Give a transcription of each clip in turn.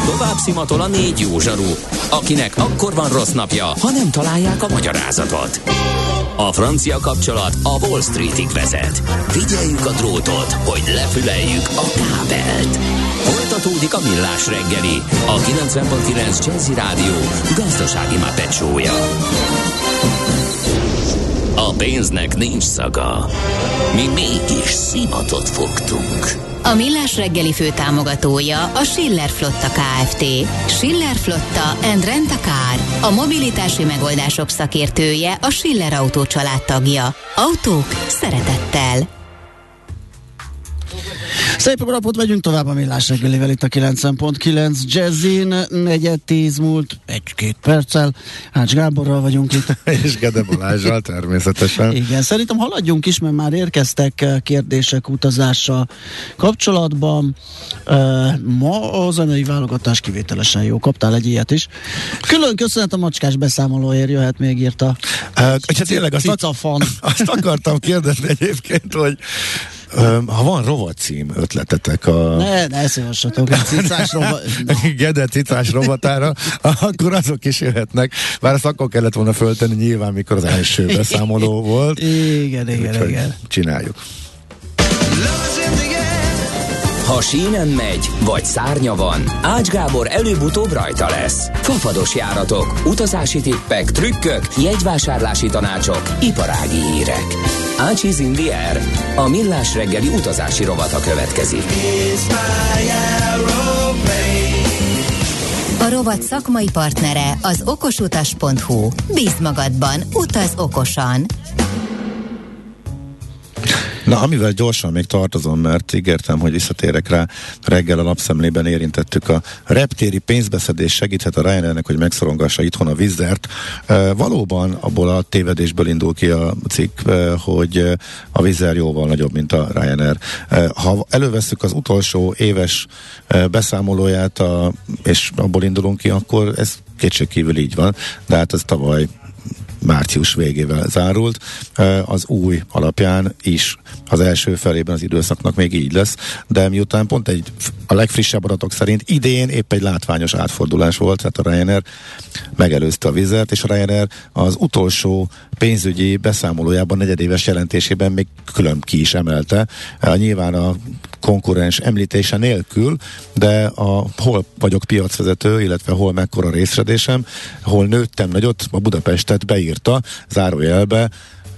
Tovább szimatol a 4 jó zsaru, akinek akkor van rossz napja, ha nem találják a magyarázatot. A francia kapcsolat a Wall Streetig vezet. Figyeljük a drótot, hogy lefüleljük a kábelt. Folytatódik a Millás reggeli, a 90.9 Jazzy Rádió gazdasági mápecsója. A pénznek nincs szaga. Mi mégis szimatot fogtunk. A Millás reggeli főtámogatója a Schiller Flotta Kft. Schiller Flotta and Rent a Car. A mobilitási megoldások szakértője, a Schiller Autó családtagja. Autók szeretettel. Szép napot, megyünk tovább a Millás reggelivel itt a 90.9 Jazzin, 4:10 múlt 1-2 perccel. Ács Gáborral vagyunk itt. És Gede Balázsral természetesen. Igen, szerintem haladjunk is, mert már érkeztek kérdések utazással kapcsolatban. Ma a zenei válogatás kivételesen jó. Kaptál egy ilyet is. Külön köszönet a macskás beszámolóért, jöhet még írta. Tényleg azt akartam kérdezni egyébként, hogy ha van rovatcím ötletetek Ne szívassatok, Gede cicás rovatára, akkor azok is jöhetnek. Bár azt akkor kellett volna föltenni nyilván, mikor az első beszámoló volt. Igen. Csináljuk. Ha sínen megy, vagy szárnya van, Ács Gábor előbb-utóbb rajta lesz. Fafados járatok, utazási tippek, trükkök, jegyvásárlási tanácsok, iparági hírek. Ácsiz in the air. A Millás reggeli utazási rovata következik. A rovat szakmai partnere az okosutas.hu. Bízd magadban, utaz okosan! Na, amivel gyorsan még tartozom, mert ígértem, hogy visszatérek rá, reggel a lapszemlében érintettük a reptéri pénzbeszedés segíthet a Ryanairnek, hogy megszorongassa itthon a Wizzert. Valóban abból a tévedésből indul ki a cikk, hogy a Wizzair jóval nagyobb, mint a Ryanair. Ha elővesszük az utolsó éves beszámolóját, és abból indulunk ki, akkor ez kétségkívül így van, de hát ez tavaly március végével zárult. Az új alapján is az első felében az időszaknak még így lesz, de miután pont a legfrissebb adatok szerint idén épp egy látványos átfordulás volt, tehát a Ryanair megelőzte a Wizzert, és a Ryanair az utolsó pénzügyi beszámolójában, negyedéves jelentésében még külön ki is emelte. Nyilván a konkurens említése nélkül, de hol vagyok piacvezető, illetve hol mekkora részesedésem, hol nőttem nagyot, a Budapestet beírta zárójelbe,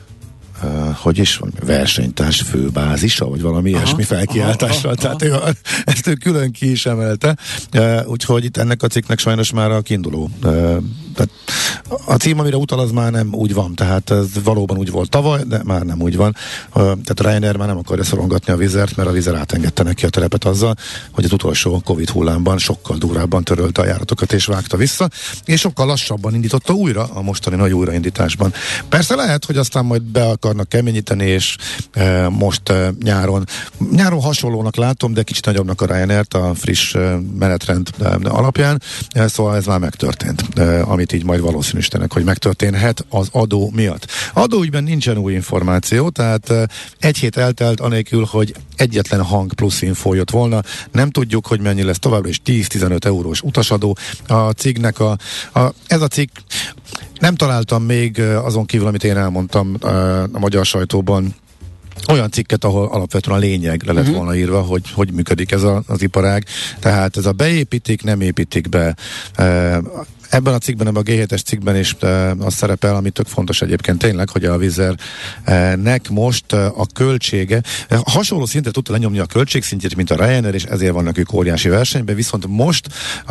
hogy is versenytárs főbázisa, vagy valami ilyesmi felkiáltással, tehát ezt ő külön ki is emelte, úgyhogy itt ennek a cikknek sajnos már a kiinduló. Tehát a cím, amire utal, az már nem úgy van, tehát ez valóban úgy volt tavaly, de már nem úgy van. Tehát a Ryanair már nem akarja szorongatni a Wizzert, mert a Wizzair átengedte neki a terepet azzal, hogy az utolsó Covid hullámban sokkal durrábban törölte a járatokat és vágta vissza, és sokkal lassabban indította újra a mostani nagy újraindításban. Persze lehet, hogy aztán majd be akarnak keményíteni, és most nyáron hasonlónak látom, de kicsit nagyobbnak a Ryanair-t a friss menetrend alapján, szóval ez már megtörtént, amit így majd valószínűsítenek, hogy megtörténhet az adó miatt. Adóügyben nincsen új információ, tehát egy hét eltelt anélkül, hogy egyetlen hang plusz infó jött volna. Nem tudjuk, hogy mennyi lesz továbbra is 10-15 eurós utasadó. A cikknek ez a cikk, nem találtam még azon kívül, amit én elmondtam a magyar sajtóban, olyan cikket, ahol alapvetően a lényeg le lett volna írva, hogy működik ez az iparág. Tehát ez a beépítik, nem építik be. Ebben a cikkben, ebben a G7-es cikkben is az szerepel, ami tök fontos egyébként tényleg, hogy a Wizzairnek most a költsége hasonló szintre tudta lenyomni a költségszintjét, mint a Ryanair, és ezért vannak ők óriási versenyben, viszont most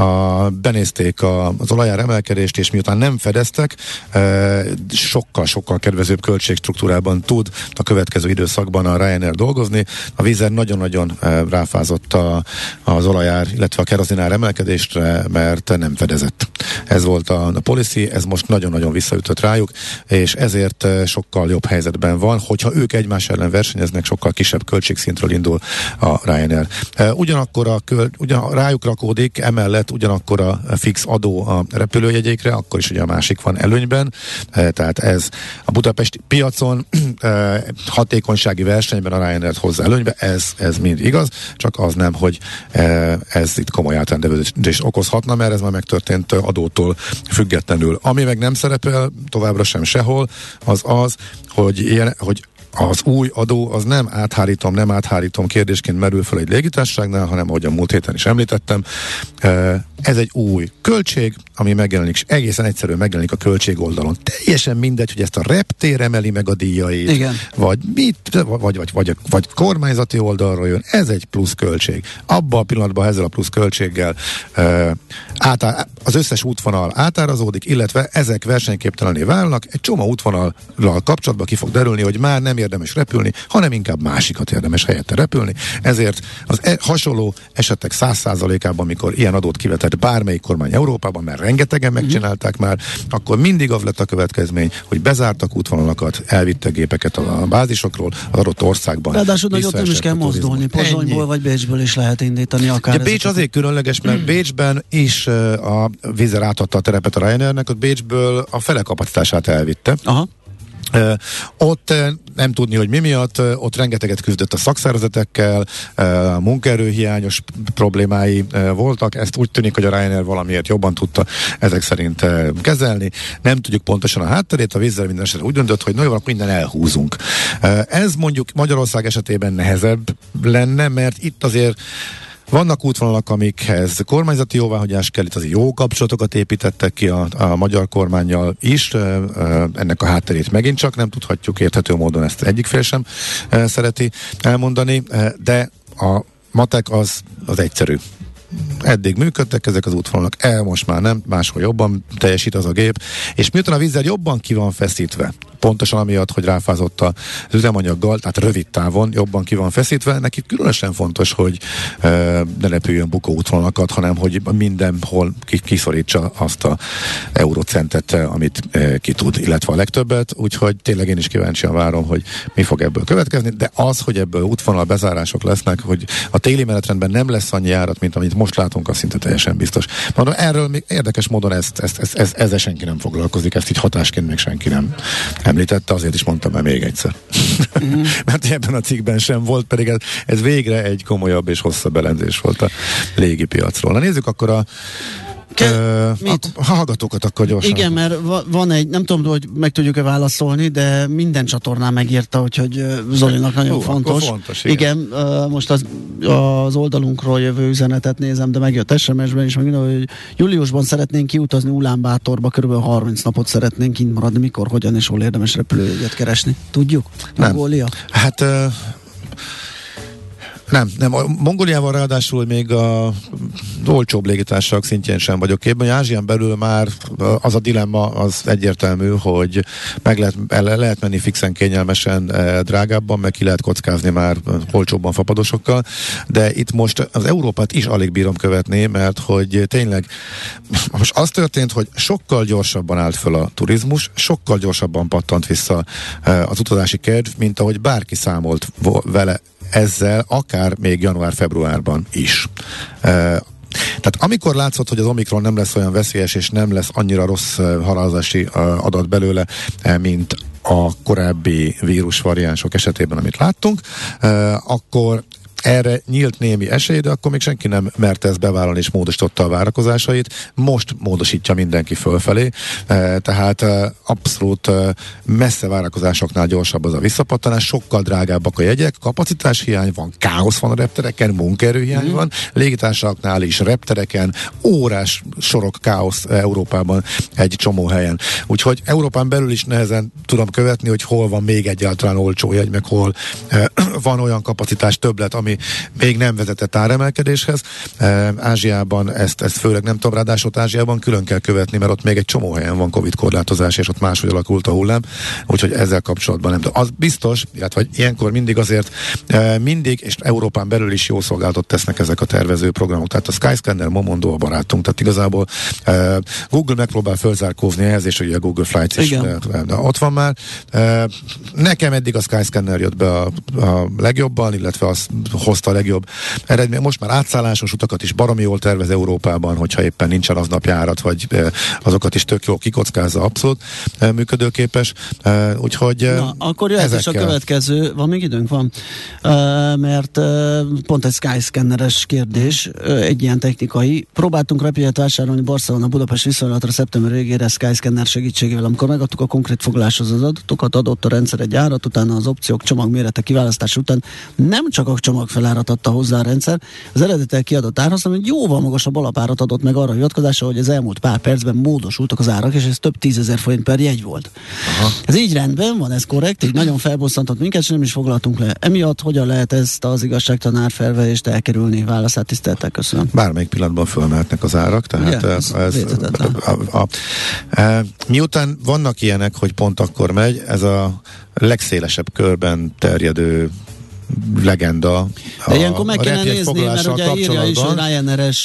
benézték az olajár emelkedést, és miután nem fedeztek, sokkal kedvezőbb költségstruktúrában tud a következő időszakban a Ryanair dolgozni. A Wizzair nagyon-nagyon ráfázott az olajár, illetve a kerozinár emelkedésre, mert nem fedezett. ez volt a policy, ez most nagyon-nagyon visszaütött rájuk, és ezért sokkal jobb helyzetben van, hogyha ők egymás ellen versenyeznek, sokkal kisebb költségszintről indul a Ryanair. Ugyanakkor rájuk rakódik, emellett ugyanakkor a fix adó a repülőjegyekre, akkor is ugye a másik van előnyben, tehát ez a budapesti piacon hatékonysági versenyben a Ryanair hozzá előnybe, ez mind igaz, csak az nem, hogy ez itt komoly átrendeződést okozhatna, mert ez már megtörtént adótól függetlenül. Ami meg nem szerepel továbbra sem sehol, az, hogy az új adó az nem áthárítom kérdésként merül fel egy légitársaságnál, hanem ahogy a múlt héten is említettem, ez egy új költség, ami megjelenik, és egészen egyszerűen megjelenik a költség oldalon. Teljesen mindegy, hogy ezt a reptér emeli meg a díjait, igen, vagy kormányzati oldalról jön, ez egy plusz költség. Abban a pillanatban ezzel a plusz költséggel az összes útvonal átárazódik, illetve ezek versenyképtelené válnak, egy csomó útvonallal kapcsolatban ki fog derülni, hogy már nem érdemes repülni, hanem inkább másikat érdemes helyette repülni. Ezért az hasonló esetek 100%-ában, amikor ilyen adót kivetett bármelyik kormány Európában, mert rengetegen megcsinálták már, akkor mindig az lett a következmény, hogy bezártak útvonalakat, elvittek gépeket a bázisokról, az adott országban. Ráadásul nagyot nem is kell mozdulni. Pozsonyból vagy Bécsből is lehet indítani akár. Ja, Bécs azért különleges, mert Bécsben is a Wizz Air átadta a terepet a Ryanairnek, ott Bécsből a fele kapacitását elvitte. Aha. Ott nem tudni, hogy mi miatt, ott rengeteget küzdött a szakszervezetekkel, munkaerőhiányos problémái voltak, ezt úgy tűnik, hogy a Ryanair valamiért jobban tudta ezek szerint kezelni. Nem tudjuk pontosan a hátterét, a Wizz Air minden esetben úgy döntött, hogy nagyon akkor minden elhúzunk. Ez mondjuk Magyarország esetében nehezebb lenne, mert itt azért vannak útvonalak, amikhez kormányzati jóváhagyás kell, itt azért jó kapcsolatokat építettek ki a magyar kormánnyal is, ennek a hátterét megint csak nem tudhatjuk, érthető módon ezt egyik fél sem szereti elmondani, de a matek az egyszerű. Eddig működtek ezek az útvonalak, most már nem, máshol jobban teljesít az a gép, és miután a Wizz Air jobban ki van feszítve, pontosan amiatt, hogy ráfázott az üzemanyaggal, tehát rövid távon jobban ki van feszítve, neki különösen fontos, hogy ne repüljön bukó útvonalakat, hanem hogy mindenhol kiszorítsa azt a eurocentet, amit ki tud, illetve a legtöbbet, úgyhogy tényleg én is kíváncsian várom, hogy mi fog ebből következni, de az, hogy ebből útvonal bezárások lesznek, hogy a téli menetrendben nem lesz annyi járat, mint amit most látunk, az szinte teljesen biztos. Mondom, erről még érdekes módon ezzel senki nem foglalkozik, ezt így hatásként még senki nem említette, azért is mondtam el még egyszer. Mert ebben a cikkben sem volt, pedig ez végre egy komolyabb és hosszabb elemzés volt a légipiacról. Na nézzük akkor a hallgatókat akkor gyorsan. Igen, mert van egy, nem tudom, hogy meg tudjuk-e válaszolni, de minden csatornán megírta, hogy Zolinak nagyon fontos. Igen, most az oldalunkról jövő üzenetet nézem, de megjött SMS-ben is, hogy júliusban szeretnénk kiutazni Ulánbátorba, kb. 30 napot szeretnénk kint maradni, mikor, hogyan és hol érdemes repülőjegyet keresni. Tudjuk? Mongólia? Hát nem. A Mongóliával ráadásul még a olcsóbb légitársaság szintjén sem vagyok képben. Ázsián belül már az a dilemma az egyértelmű, hogy lehet menni fixen, kényelmesen, drágábban, meg ki lehet kockázni már olcsóbban fapadosokkal, de itt most az Európát is alig bírom követni, mert hogy tényleg most az történt, hogy sokkal gyorsabban állt föl a turizmus, sokkal gyorsabban pattant vissza az utazási kedv, mint ahogy bárki számolt vele ezzel, akár még január-februárban is. Tehát amikor látszott, hogy az Omikron nem lesz olyan veszélyes, és nem lesz annyira rossz halálozási adat belőle, mint a korábbi vírusvariánsok esetében, amit láttunk, akkor erre nyílt némi esély, de akkor még senki nem merte ezt bevállalni, és módosította a várakozásait. Most módosítja mindenki fölfelé, tehát abszolút messze várakozásoknál gyorsabb az a visszapattanás, sokkal drágábbak a jegyek, kapacitáshiány van, káosz van a reptereken, munkaerőhiány van, légitársaságoknál is, reptereken, órás sorok, káosz Európában egy csomó helyen. Úgyhogy Európán belül is nehezen tudom követni, hogy hol van még egyáltalán olcsó jegy, meg hol van olyan kapacitás többlet, ami ami még nem vezetett áremelkedéshez. Ázsiában ezt főleg nem tudom, ráadásul Ázsiában külön kell követni, mert ott még egy csomó helyen van Covid korlátozás, és ott máshogy alakult a hullám, úgyhogy ezzel kapcsolatban nem tudom. Az biztos, illetve ilyenkor mindig azért és Európán belül is jó szolgálatot tesznek ezek a tervező programok. Tehát a Skyscanner, Momondo a barátunk, tehát igazából Google megpróbál fölzárkózni ehhez, és ugye a Google Flights is ott van már. Nekem eddig a Skyscanner jött be a legjobban, illetve az hozta a legjobb eredmény. Most már átszállásos utakat is baromi jól tervez Európában, hogyha éppen nincsen aznap járat, vagy azokat is tök jól kikockázza, abszolút működőképes. Úgyhogy na, akkor jöhet is a következő, van még időnk? Van. Mert pont egy Skyscanneres kérdés, egy ilyen technikai. Próbáltunk repjegyet vásárolni Barcelona-Budapest viszonylatra szeptember végére Skyscanner segítségével, amikor megadtuk a konkrét foglaláshoz az adatokat, adott a rendszer egy árat, utána az opciók csomagmérete kiválasztása után nem csak a csomag felárat adta hozzá a rendszer, az eredetileg kiadott árhoz, hanem egy jóval magasabb alapárat adott meg arra hivatkozása, hogy az elmúlt pár percben módosultak az árak, és ez több 10 000 forint per jegy volt. Aha. Ez így rendben van, ez korrekt, így nagyon felbosszantott minket, és nem is foglaltunk le. Emiatt hogyan lehet ezt az igazságtalan árfelverést elkerülni? Válaszát tisztelettel köszönöm. Bármelyik pillanatban fölmehetnek az árak, tehát miután vannak ilyenek, hogy pont akkor megy, ez a legszélesebb körben terjedő legenda. De ilyenkor meg kellene nézni, mert ugye írja is, hogy Ryanair-es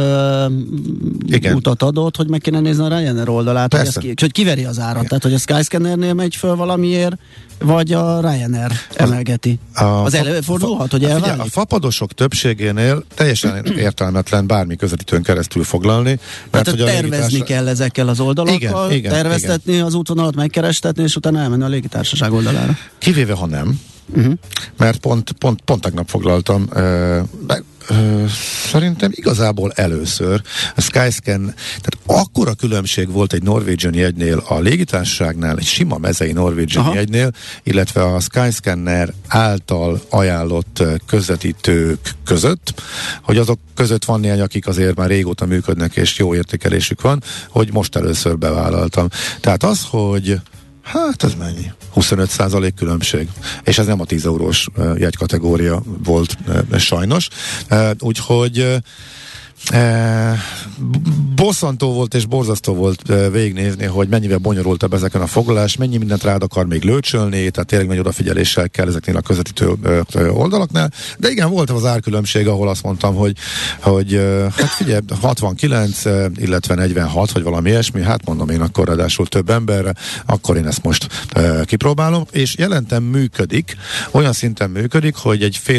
utat adott, hogy meg kéne nézni a Ryanair oldalát, hogy kiveri az árat. Igen. Tehát, hogy a Skyscannernél megy föl valamiért, vagy a Ryanair emelgeti. Az előfordulhat, hogy elválik? A fapadosok többségénél teljesen értelmetlen bármi közvetítőn keresztül foglalni. Tehát hogy tervezni kell ezekkel az oldalakkal, terveztetni az útvonalat, megkerestetni, és utána elmenni a légitársaság oldalára. Kivéve, ha nem. Mert pont tegnap foglaltam szerintem igazából először a Skyscan, tehát akkora különbség volt egy Norwegian jegynél a légitársaságnál, egy sima mezei Norwegian jegynél, illetve a Skyscanner által ajánlott közvetítők között, hogy azok között van néhány, akik azért már régóta működnek, és jó értékelésük van, hogy most először bevállaltam. Tehát az, hogy hát ez mennyi? 25% különbség. És ez nem a 10 eurós jegykategória volt sajnos. Úgyhogy bosszantó volt és borzasztó volt végignézni, hogy mennyivel bonyolultabb ezeken a foglalás, mennyi mindent rád akar még lőcsölni, tehát tényleg nagy odafigyeléssel kell ezeknél a közvetítő oldalaknál, de igen, volt az árkülönbség, ahol azt mondtam, hogy hát figyelj, 69, illetve 46, vagy valami ilyesmi, hát mondom én akkor ráadásul több emberre, akkor én ezt most kipróbálom, és jelentem működik, olyan szinten működik, hogy egy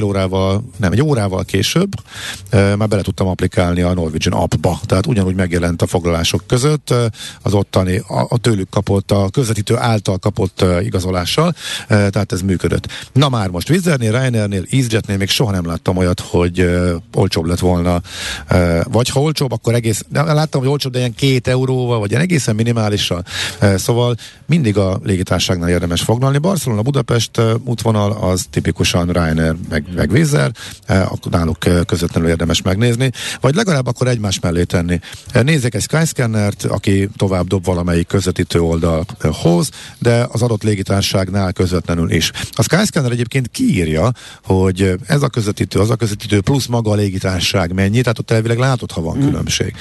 órával később már bele tudtam applikálni a Norwegian appba, tehát ugyanúgy megjelent a foglalások között az ottani, a tőlük kapott, a közvetítő által kapott igazolással, tehát ez működött. Na már most Wizz Airnél, Ryanairnél, EasyJetnél még soha nem láttam olyat, hogy olcsóbb lett volna, vagy ha olcsóbb, akkor láttam, hogy olcsóbb, de ilyen 2 euróval, vagy ilyen egészen minimálisan. Szóval mindig a légitársaságnál érdemes foglalni. Barcelona-Budapest útvonal az tipikusan Ryanair meg Wizz Air, náluk közvetlenül érdemes megnézni, vagy legalább akkor egymás mellé tenni. Nézzék egy Skyscannert, aki tovább dob valamelyik közvetítő oldalhoz, de az adott légitársaságnál közvetlenül is. A Skyscanner egyébként kiírja, hogy ez a közvetítő, az a közvetítő plusz maga a légitársaság mennyi, tehát ott elvileg látod, ha van különbség.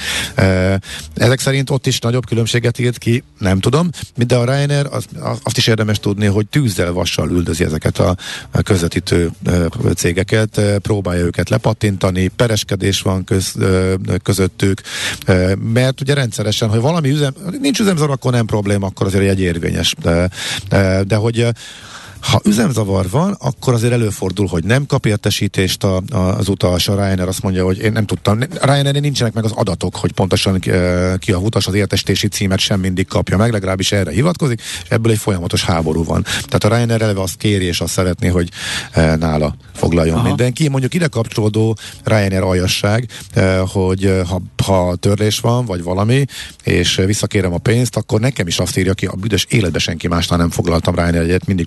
Ezek szerint ott is nagyobb különbséget írt ki, nem tudom, de a Ryanair azt is érdemes tudni, hogy tűzzel vassal üldözi ezeket a közvetítő cégeket, próbálja őket lepattintani, pereskedés van közöttük, mert ugye rendszeresen, hogy valami nincs üzemzavar, akkor nem probléma, akkor azért egy érvényes. De hogy ha üzemzavar van, akkor azért előfordul, hogy nem kap értesítést az utas, a Ryanair azt mondja, hogy én nem tudtam. Ryanair nincsenek meg az adatok, hogy pontosan ki a utas, az értesítési címet sem mindig kapja meg, legalábbis erre hivatkozik, és ebből egy folyamatos háború van. Tehát a Ryanair eleve azt kéri, és azt szeretné, hogy nála foglaljon mindenki. Mondjuk ide kapcsolódó Ryanair aljasság, hogy ha törlés van, vagy valami, és visszakérem a pénzt, akkor nekem is azt írja ki, a büdös életben senki másnál nem foglaltam Ryanair egyet, mindig csak az ő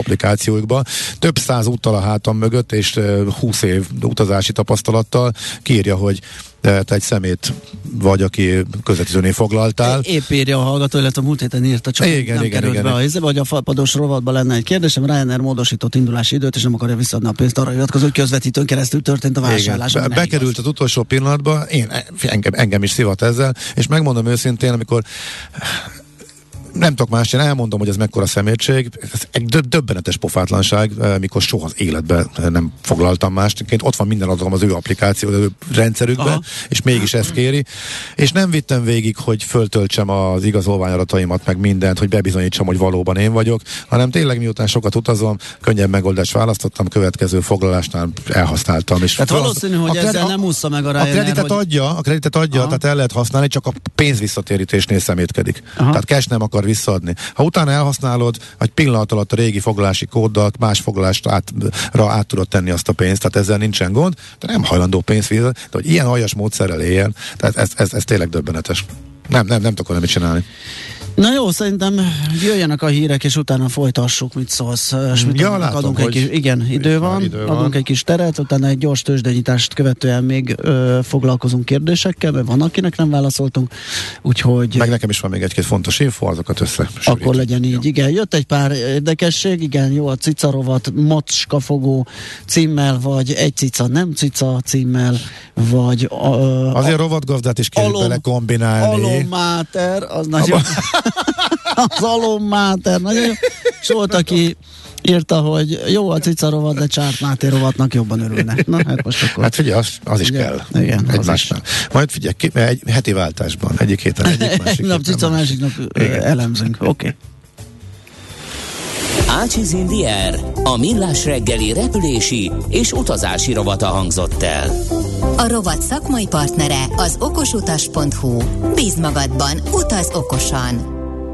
applikációjukba. Több 100 úttal a hátam mögött, és 20 év utazási tapasztalattal kiírja, hogy te egy szemét vagy, aki közvetítőnél foglaltál. Épp írja a hallgató, illetve múlt héten írta, csak nem került be a hiszebe, hogy a falpados rovatban lenne egy kérdésem. Ryanair módosított indulási időt, és nem akarja visszaadni a pénzt, arra hivatkozó, hogy közvetítőn keresztül történt a vásárlás. Bekerült az utolsó pillanatban, engem is szivat ezzel, és megmondom őszintén, amikor nem tudok más, én elmondom, hogy ez mekkora szemétség, ez egy döbbenetes pofátlanság, mikor soha az életben nem foglaltam mást. Ott van minden adatom az ő applikáció, az ő rendszerükben, és mégis ezt kéri. És nem vittem végig, hogy föltöltsem az igazolványadataimat, meg mindent, hogy bebizonyítsam, hogy valóban én vagyok, hanem tényleg miután sokat utazom, könnyebb megoldást választottam, következő foglalásnál elhasználtam. És tehát valószínű, hogy ezzel nem ússza meg a Ryanair, a kreditet adja, tehát el lehet használni, csak a pénz visszatérítésnél szemétkedik. Tehát cash nem akar visszaadni. Ha utána elhasználod, egy pillanat alatt a régi foglalási kóddal más foglalást át tudod tenni azt a pénzt, tehát ezzel nincsen gond, de nem hajlandó pénzt fizetni, de hogy ilyen aljas módszerrel éljen, tehát ez tényleg döbbenetes. Nem tudok mit csinálni. Na jó, szerintem jöjjenek a hírek, és utána folytassuk, mit szólsz. Adunk egy kis, igen, idő van, adunk egy kis teret, utána egy gyors tőzsdenyitást követően még foglalkozunk kérdésekkel, mert van, akinek nem válaszoltunk, úgyhogy... Meg nekem is van még egy-két fontos info, azokat összesűrítjük. Akkor legyen így, igen. Jött egy pár érdekesség, igen, jó, a cicarovat macskafogó címmel, vagy egy cica nem cica címmel, vagy... Azért rovatgazdát is kell bele kombinálni. Alommáter, az nagyon... az alommáter, nagyon jó. És volt, aki írta, hogy jó a cica rovat, de Csárt Máté rovatnak jobban örülne. Na, hát most akkor... Hát figyelj, az is kell. Igen, egymásnál. Majd figyelj, egy heti váltásban. Egyik héten egyik, másik nap cica, másik nap elemzünk. Oké. Ácsiz Indier, a millás reggeli repülési és utazási rovata hangzott el. A rovat szakmai partnere az okosutas.hu. Bízd magadban, utaz okosan!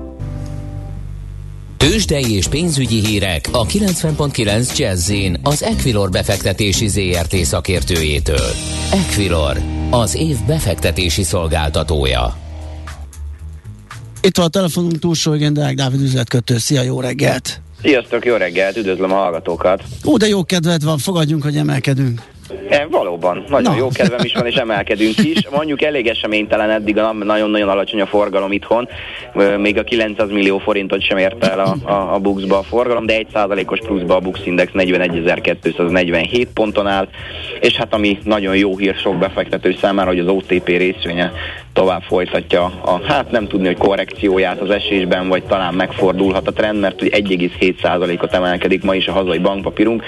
Tőzsdei és pénzügyi hírek a 90.9 Jazz-in az Equilor befektetési ZRT szakértőjétől. Equilor, az év befektetési szolgáltatója. Itt van a telefonunk túlsó végén, Deák Dávid üzletkötő. Szia, jó reggelt! Sziasztok, jó reggelt, üdvözlöm a hallgatókat! De jó kedved van, fogadjunk, hogy emelkedünk. Valóban, nagyon jó kedvem is van, és emelkedünk is. Mondjuk elég eseménytelen eddig, nagyon-nagyon alacsony a forgalom itthon, még a 900 millió forintot sem ért el a BUX-ba a forgalom, de 1%-os pluszba a BUX Index 41.247 ponton áll, és hát ami nagyon jó hír sok befektető számára, hogy az OTP részvénye tovább folytatja hát nem tudni, hogy korrekcióját az esésben, vagy talán megfordulhat a trend, mert 1,7%-ot emelkedik ma is a hazai bankpapírunk,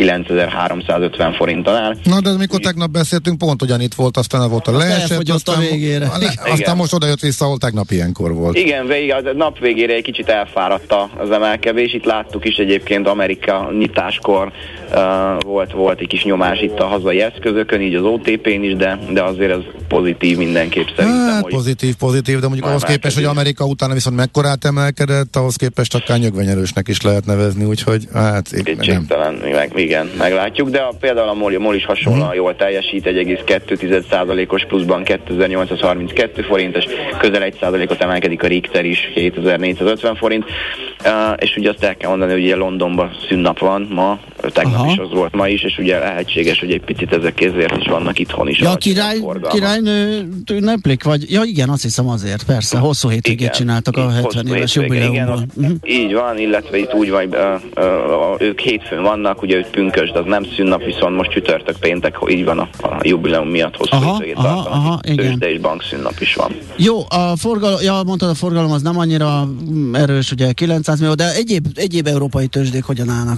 9350 forinton áll. Na, de amikor tegnap beszéltünk, pont ugyanitt volt, aztán volt a leesett, aztán a végére. Aztán most oda jött vissza, ahol tegnap ilyenkor volt. Igen, a nap végére egy kicsit elfáradt az emelkedés. Itt láttuk is egyébként Amerika nyitáskor volt egy kis nyomás itt a hazai eszközökön, így az OTP-n is, de azért ez pozitív mindenképp szerintem. Hát pozitív, de mondjuk ahhoz képest, hogy Amerika utána viszont mekkorát emelkedett, ahhoz képest akár nyögvenyelősnek is lehet nevezni, úgyhogy hát kétségtelen, igen, meglátjuk, de például a MOL is hasonlóan jól teljesít, 1,2%-os pluszban 2832 forint, és közel 1%-ot emelkedik a Richter is, 7450 forint, és ugye azt el kell mondani, hogy ugye Londonban szünnap van ma, tegnap is az volt ma is, és ugye lehetséges, hogy egy picit ezek ezért is vannak itthon is. Ja, királynő ünneplik? Vagy, ja igen, azt hiszem azért, persze, hosszú hétvégét csináltak a 70 éves jubileumban. Így van, illetve itt úgy van, ők hétfőn vannak, ugye ők pünkösd, az nem szünnap, viszont most csütörtök péntek, így van a jubileum miatt hosszú hétvégét tartanak. Tőzsde és bankszünnap is van. Jó, a forgalom, mondtad, a forgalom az nem annyira erős, ugye 900 millió, de egyéb európai tőzsdék hogyan állnak?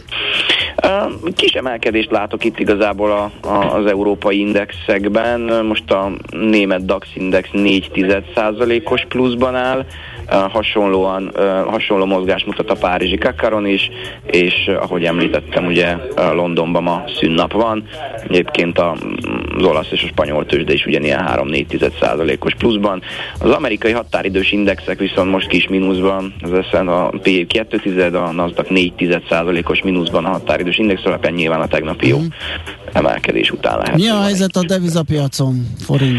Kis emelkedést látok itt igazából az európai indexekben. Most a német DAX index 0,4%-os pluszban áll, hasonló mozgás mutat a párizsi Kakaron is, és ahogy említettem, ugye Londonban ma szünnap van. Egyébként az olasz és a spanyol tőzsde is ugyanilyen 3,4%-os pluszban. Az amerikai határidős indexek viszont most kis mínuszban, az a P 2,1, a Nasdaq 4,1%-os mínuszban a határidős index alapján, nyilván a tegnapi jó emelkedés után lehet. Mi a helyzet a devizapiacon, forint?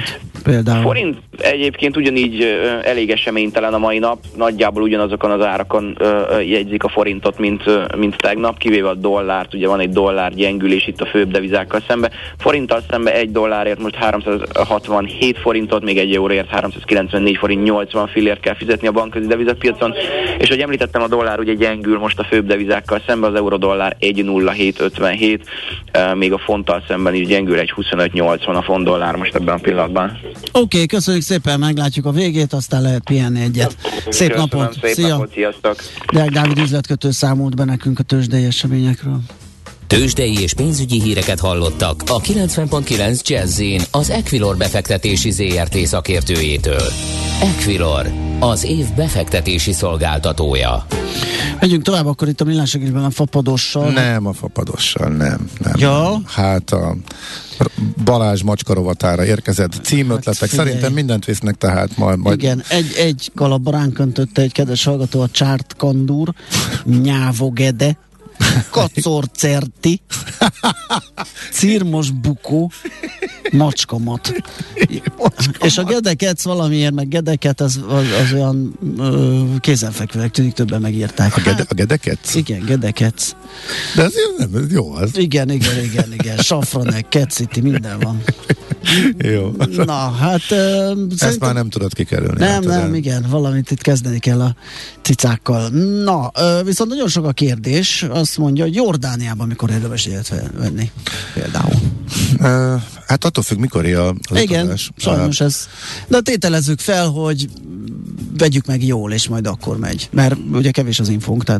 például? A forint egyébként ugyanígy elég eseménytelen a mai nap, nagyjából ugyanazokon az árakon jegyzik a forintot, mint tegnap, kivéve a dollárt, ugye van egy dollár gyengülés itt a főbb devizákkal szembe. Forinttal szembe egy dollárért most 367 forintot, még egy euróért 394 forint 80 fillért kell fizetni a bankközi devizapiacon, és ahogy említettem, a dollár ugye gyengül most a főbb devizákkal szembe, az euró-dollár 1,0757, még a fonttal szemben is gyengül, egy 25,80 a font-dollár most ebben a pillanatban. Oké, köszönjük szépen, meglátjuk a végét, aztán lehet pihenni egyet. Szép napot! Szép napot, sziasztok! Deák Dávid üzletkötő számolt be nekünk a tőzsdei eseményekről. Tőzsdei és pénzügyi híreket hallottak a 90.9 Jazz-in az Equilor befektetési ZRT szakértőjétől. Equilor, az év befektetési szolgáltatója. Megyünk tovább akkor itt a Millásregélben a fapadossal. Nem a fapadossal, nem. Ja? Hát a Balázs macska rovatára érkezett címötletek. Figyelj. Szerintem mindent visznek, tehát majd... Igen, egy kalapba ránk öntötte egy kedves hallgató a Csárt Kandúr, Nyávogede, Kacorcerti, Cirmos Bukó, Macskamat. És a Gedekec valamiért, meg Gedeket az olyan kézenfekvőek tűnik, többen megírták. A Gedekec? Igen, Gedekec. De ez jó az. Igen. Safranek, Keciti, minden van. Jó. Na, hát... Ezt már nem tudod kikerülni. Nem, igen, valamit itt kezdeni kell a cicákkal. Na, viszont nagyon sok a kérdés. Azt mondja, hogy Jordániában mikor érdemes ilyet venni például. Hát attól függ, mikor az igen, utazás. sajnos ez. De tételezzük fel, hogy vegyük meg jól, és majd akkor megy. Mert ugye kevés az infónk, tehát...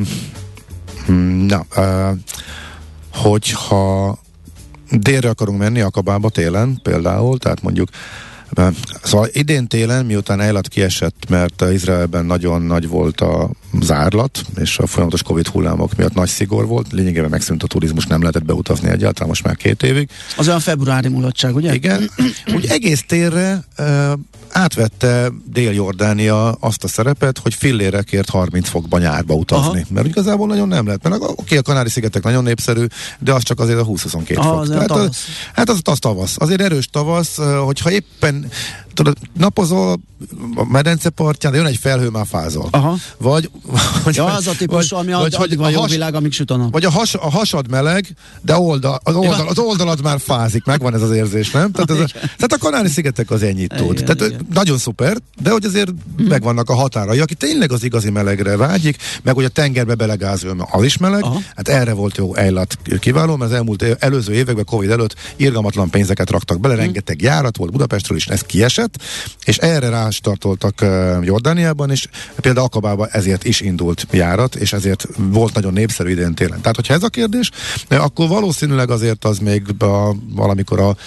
Hogyha délre akarunk menni Akabába télen például, tehát mondjuk szóval idén télen, miután Eilat kiesett, mert Izraelben nagyon nagy volt a zárlat, és a folyamatos Covid hullámok miatt nagy szigor volt, lényegében megszűnt a turizmus, nem lehetett beutazni egyáltalán most már 2 évig. Az olyan februári mulatság, ugye? Igen. Úgy egész térre átvette Dél-Jordánia azt a szerepet, hogy fillérekért 30 fokba nyárba utazni. Aha. Mert igazából nagyon nem lehet. Mert oké, a Kanári-szigetek nagyon népszerű, de az csak azért a 20-22 fok. Hát az tavasz. Azért erős tavasz, hogyha éppen tudod, napozol a medence partján, de jön egy felhő, már fázol. Aha. Vagy az a típus, ami addig van jó világ, amíg süt a nap. Vagy a hasad meleg, de az oldalad már fázik, megvan ez az érzés, nem? Tehát a Kanári-szigetek az ennyit tud. Tehát nagyon szuper, de hogy azért megvannak a határai. Aki tényleg az igazi melegre vágyik, meg hogy a tengerbe belegázol, az is meleg, hát erre volt jó Eilat kiváló, mert az előző években, Covid előtt irgalmatlan pénzeket raktak bele, rengeteg járat volt Budapestről is, ez kiesett, és erre rástartoltak Jordániában, és például Akabában ezért is indult járat, és ezért volt nagyon népszerű idén télen. Tehát, hogyha ez a kérdés, akkor valószínűleg azért az még valamikor a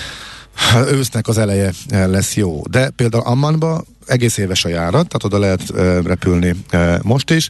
ősznek az eleje lesz jó. De például Ammanba egész éves a járat, tehát oda lehet repülni most is.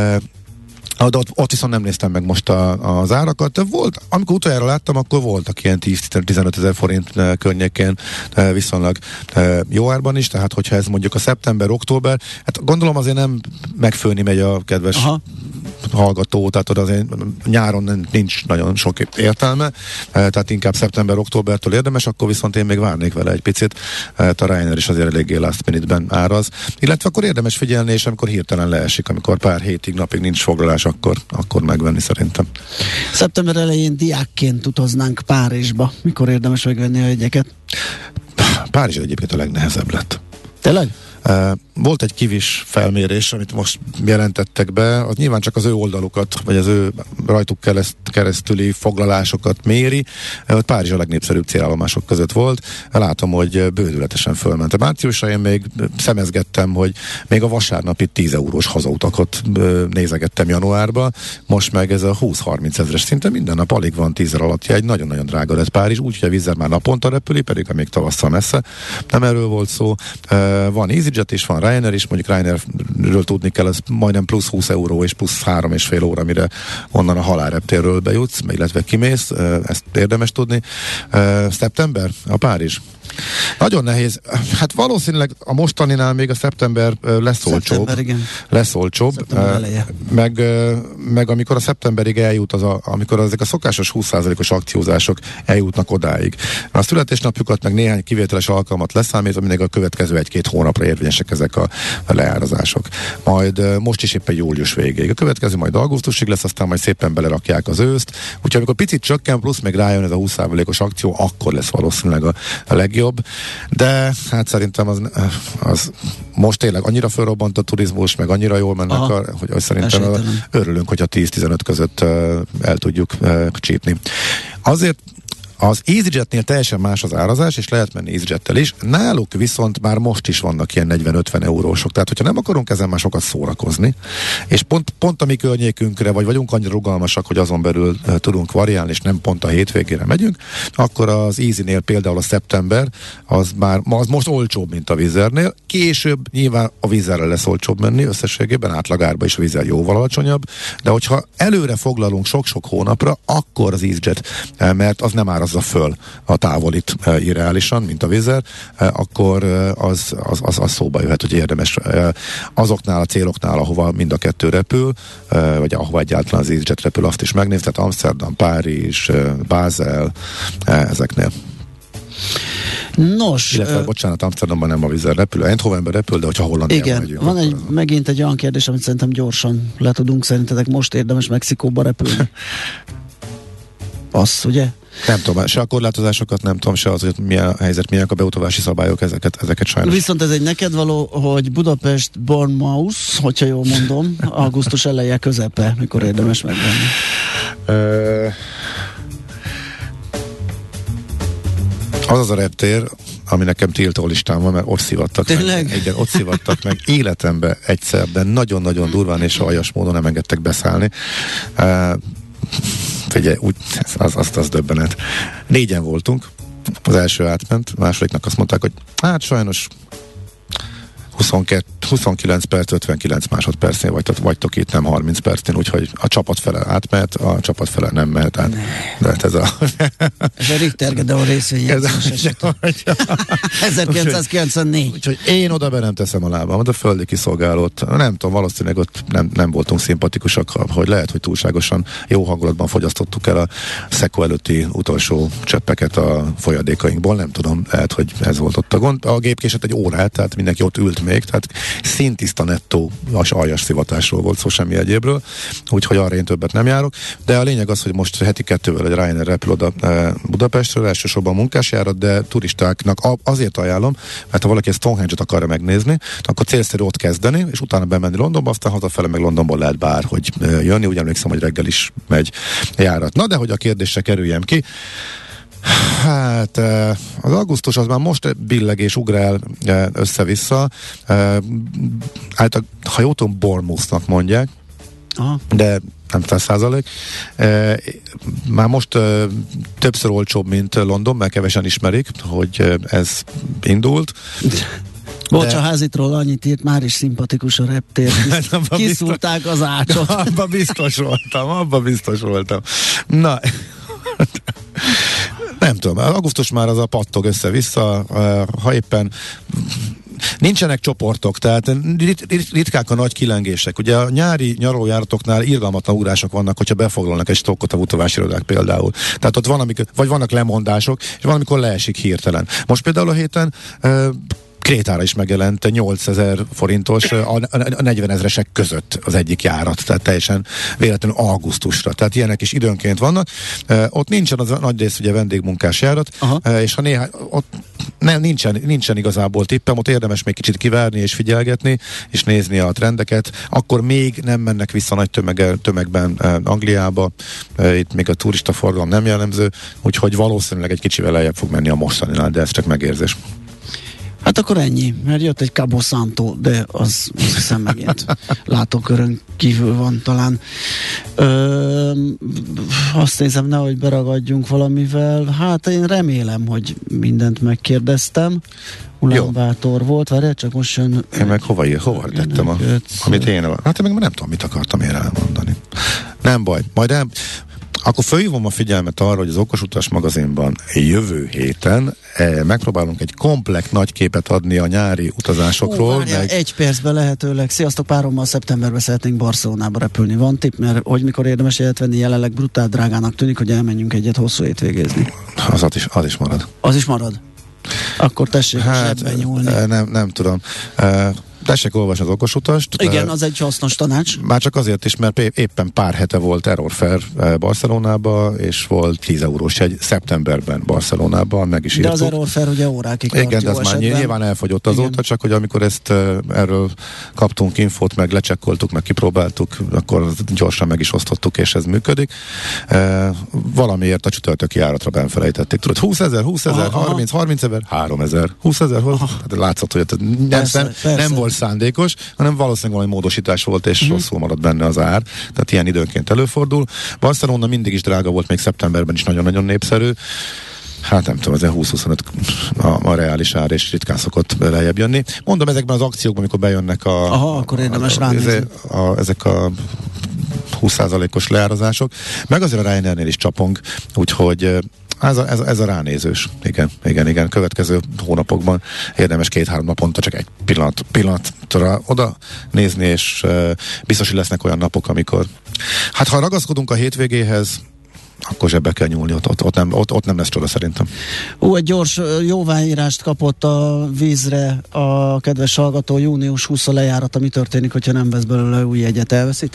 De ott viszont nem néztem meg most az árakat. Amikor utoljára láttam, akkor voltak ilyen 10-15 ezer forint környékén viszonylag jó árban is, tehát hogyha ez mondjuk a szeptember-október, hát gondolom azért nem megfőni megy a kedves hallgató, tehát azért nyáron nincs nagyon sok értelme, tehát inkább szeptember-októbertől érdemes, akkor viszont én még várnék vele egy picit, a Ryanair is azért eléggé last minute-ben áraz, illetve akkor érdemes figyelni, és amikor hirtelen leesik, amikor pár hétig, napig nincs foglalás, akkor megvenni szerintem. Szeptember elején diákként utaznánk Párizsba. Mikor érdemes megvenni a jegyeket? Párizs egyébként a legnehezebb lett. Tényleg? Volt egy kivis felmérés, amit most jelentettek be, az nyilván csak az ő oldalukat, vagy az ő rajtuk keresztüli foglalásokat méri. Párizs a legnépszerűbb célállomások között volt. Látom, hogy bődületesen fölment. A márciusra én még szemezgettem, hogy még a vasárnapi 10 eurós hazautakat nézegettem januárban, most meg ez a 20-30 ezres, szinte minden nap alig van 10 alatt jegy, nagyon-nagyon drága lett Párizs, úgyhogy a Wizz Air már naponta repüli, pedig még tavasszal messze. Nem erről volt szó. Van EasyJet is, van Ryanair is, mondjuk Ryanairről tudni kell, az majdnem plusz 20 euró és plusz 3,5 óra, mire onnan a halálreptérről bejutsz, illetve kimész, ezt érdemes tudni. Szeptember, a Párizs. Nagyon nehéz. Hát valószínűleg a mostaninál még a szeptember lesz olcsóbb. Lesz olcsóbb. Meg amikor a szeptemberig eljut, amikor ezek a szokásos 20%-os akciózások eljutnak odáig. A születésnapjukat meg néhány kivételes alkalmat leszámítva, mindig a következő 1-2 hónapra érvényesek ezek a leárazások. Majd most is éppen július végéig. A következő majd augusztusig lesz, aztán majd szépen belerakják az őszt. Úgyhogy amikor picit csökken, plusz még rájön ez a 20%-os akció, akkor lesz valószínűleg a legjobb. De hát szerintem az most tényleg annyira fölrobbant a turizmus, meg annyira jól mennek, hogy szerintem örülünk, hogyha 10-15 között el tudjuk csípni. Azért az EasyJetnél teljesen más az árazás, és lehet menni EasyJettel is. Náluk viszont már most is vannak ilyen 40-50 eurósok. Tehát, hogyha nem akarunk ezen már sokat szórakozni, és pont a mi környékünkre, vagy vagyunk annyira rugalmasak, hogy azon belül tudunk variálni, és nem pont a hétvégére megyünk, akkor az Easynél például a szeptember, az most olcsóbb, mint a Wizz Airnél. Később nyilván a Wizz Airre lesz olcsóbb menni, összességében átlagárban is a Wizz Air jóval alacsonyabb, de hogyha előre foglalunk sok-sok hónapra, akkor az EasyJet, mert az nem árazza föl a távolit irreálisan, mint a Wizz Air, akkor az szóba jöhet, hogy érdemes azoknál a céloknál, ahova mind a kettő repül, vagy ahova egyáltalán az EasyJet repül, azt is megnézni, tehát Amsterdam, Párizs, Basel, ezeknél. Nos. Illetve, bocsánat, Amsterdamban nem a Wizz Air repül, Eindhovenben repül, de hogyha Hollandiában megyünk. Van megint egy olyan kérdés, amit szerintem gyorsan le tudunk, szerintetek most érdemes Mexikóba repülni? Az, ugye? Nem tudom, se a korlátozásokat nem tudom, se az, hogy milyen a helyzet, milyenek a beutavási szabályok, ezeket sajnos. Viszont ez egy neked való, hogy Budapest Bournemouth, hogyha jól mondom, augusztus eleje közepe, mikor érdemes megvenni. Az a reptér, ami nekem tiltó listán van, mert ott szivattak meg. Igen, ott szivattak meg életemben egyszer, de nagyon-nagyon durván és aljas módon nem engedtek beszállni. Figyelj, az döbbenet. 4-en voltunk, az első átment, a másodiknak azt mondták, hogy hát sajnos 29 perc, 59 másodpercnél vagytok itt, nem 30 percnél, úgyhogy a csapat fele átmehet, a csapat fele nem mehet át. De hát ez a Richter Gedeon részvényjegyzés eset. 1994. Úgyhogy én oda be nem teszem a lábam, a földi kiszolgálót. Nem tudom, valószínűleg ott nem voltunk szimpatikusak, hogy lehet, hogy túlságosan jó hangulatban fogyasztottuk el a Szeko előtti utolsó cseppeket a folyadékainkból. Nem tudom, lehet, hogy ez volt ott a gond. A gép késett egy órát, tehát mindenki ott ült még, tehát szintiszta nettó aljas szivatásról volt szó, semmi egyébről, úgyhogy arra én többet nem járok, de a lényeg az, hogy most heti 2-vel egy Ryanair repül oda Budapestről, elsősorban munkásjárat, de turistáknak azért ajánlom, mert ha valaki Stonehenge-et akarja megnézni, akkor célszerű ott kezdeni, és utána bemenni Londonba, aztán hazafele meg Londonból lehet bárhogy jönni, úgy emlékszem, hogy reggel is megy járat. Na, de hogy a kérdésre kerüljem ki, hát az augusztus az már most billeg és ugrál össze-vissza. Ha jól tudom, Bournemouthnak mondják, de nem 100%. Már most többször olcsóbb, mint London, mert kevesen ismerik, hogy ez indult. Bocs, a házitról annyit írt, már is szimpatikus a reptér. Kiszúrták az ácsot. Abba biztos voltam. Na, nem tudom, augusztus már az a pattog össze-vissza, ha éppen nincsenek csoportok, tehát ritkák a nagy kilengések. Ugye a nyári nyaralójáratoknál irgalmatlan ugrások vannak, hogyha befoglalnak egy stokkot a utavási irodák például. Tehát ott van, vagy vannak lemondások, és van, amikor leesik hirtelen. Most például a héten Krétára is megjelent 8000 forintos a 40 000-esek között az egyik járat, tehát teljesen véletlenül augusztusra. Tehát ilyenek is időnként vannak. Ott nincsen az nagy rész ugye vendégmunkás járat, és ha néhány, ott nincsen igazából tippem, ott érdemes még kicsit kivárni és figyelgetni, és nézni a trendeket. Akkor még nem mennek vissza nagy tömegben Angliába, itt még a turista forgalom nem jellemző, úgyhogy valószínűleg egy kicsivel lejjebb fog menni a mostaninál, de ez csak megérzés. Hát akkor ennyi, mert jött egy Cabo Santo, de az hiszem megint látókörön kívül van talán. Azt nézem, nehogy beragadjunk valamivel. Hát én remélem, hogy mindent megkérdeztem. Ulánbátor volt, várjál, csak most jön... Én meg hova tettem, amit én... Hát én meg nem tudom, mit akartam én elmondani. Nem baj, majd Akkor fölhívom a figyelmet arra, hogy az Okosutas magazinban jövő héten megpróbálunk egy komplett nagy képet adni a nyári utazásokról. Egy percben lehetőleg. Sziasztok, párommal szeptemberben szeretnénk Barcelonába repülni. Van tipp, mert hogy mikor érdemes jegyet venni, jelenleg brutál drágának tűnik, hogy elmenjünk egyet hosszú hétvégézni. Az is marad. Az is marad? Akkor tessék zsebben nyúlni. Nem tudom. Tessék olvasni az Okosutast. Igen, az egy hasznos tanács. Már csak azért is, mert éppen pár hete volt Error Fair Barcelonába, és volt 10 eurós egy szeptemberben Barcelonában, meg is írtuk. De az Error Fair ugye órákig tart. Igen, de az már nyilván elfogyott azóta, csak hogy amikor ezt erről kaptunk infót, meg lecsekkoltuk, meg kipróbáltuk, akkor gyorsan meg is osztottuk, és ez működik. Valamiért a csütörtöki járatra benfelejtették. Tudod, 20 000, 30 000, 3 000, 20 000, látszott, hogy nem volt szándékos, hanem valószínűleg valami módosítás volt, és rosszul maradt benne az ár. Tehát ilyen időnként előfordul. Barcelona mindig is drága volt, még szeptemberben is nagyon-nagyon népszerű. Hát nem tudom, ez 20-25 a reális ár, és ritkán szokott lejjebb jönni. Mondom, ezekben az akciókban, amikor bejönnek akkor érdemes ránézni. Ezek a 20%-os leárazások, meg azért a Ryanairnél is csapong, úgyhogy ez a ránézős. Igen. Következő hónapokban érdemes 2-3 naponta csak egy pillanatra oda nézni, és biztos, hogy lesznek olyan napok, amikor hát ha ragaszkodunk a hétvégéhez, akkor zsebbe kell nyúlni, ott nem lesz csoda szerintem. Egy gyors jóváírást kapott a vízre a kedves hallgató, június 20 a lejárata. Mi történik, hogyha nem vesz belőle új jegyet? Elveszíti?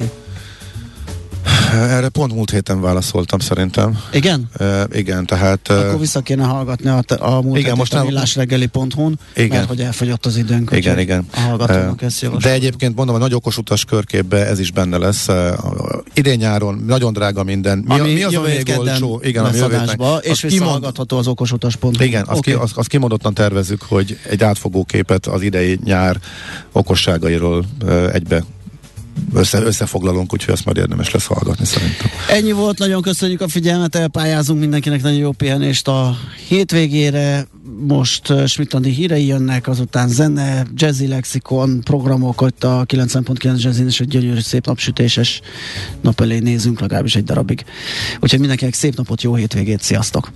Erre pont múlt héten válaszoltam szerintem. Igen? Igen, tehát... Akkor vissza kéne hallgatni a múlt héten a millásreggeli.hu-n, mert hogy elfogyott az időnk. Igen. A hallgatónak ezt javaslom. De egyébként mondom, a nagy okosutas körképbe ez is benne lesz. Idén-nyáron nagyon drága minden. Mi az, ami még olcsó? Igen, ami adásba, és visszahallgatható az okosutas.hu. Igen, azt kimondottan tervezzük, hogy egy átfogó képet az idei nyár okosságairól egybe összefoglalunk, úgyhogy azt majd érdemes lesz hallgatni szerintem. Ennyi volt, nagyon köszönjük a figyelmet, elpályázunk, mindenkinek nagyon jó pihenést a hétvégére. Most Schmidt-Andi hírei jönnek, azután zene, jazzy lexikon, programok, ott a 90.9 jazzin és egy gyönyörű szép napsütéses nap elé nézünk, legalábbis egy darabig. Úgyhogy mindenkinek szép napot, jó hétvégét, sziasztok!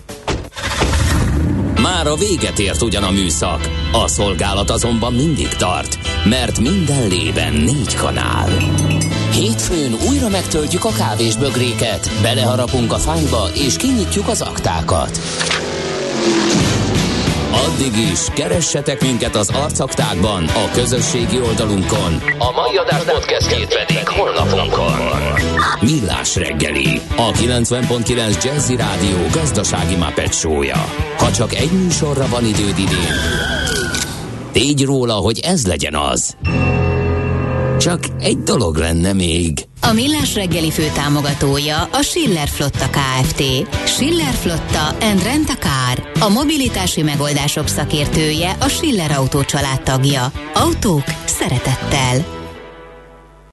Már a véget ért ugyan a műszak, a szolgálat azonban mindig tart, mert minden lében 4 kanál. Hétfőn újra megtöltjük a kávésbögréket, beleharapunk a fányba és kinyitjuk az aktákat. Addig is keressetek minket az arcaktákban, a közösségi oldalunkon, a mai adás podcastjét pedig honlapunkon. Millás reggeli, a 90.9 Jazzy Rádió gazdasági Muppet show-ja. Ha csak egy műsorra van időd idén, tégy róla, hogy ez legyen az. Csak egy dolog lenne még. A Millás reggeli főtámogatója a Schiller Flotta Kft. Schiller Flotta and Rent a Car. A mobilitási megoldások szakértője, a Schiller Autó család tagja. Autók szeretettel.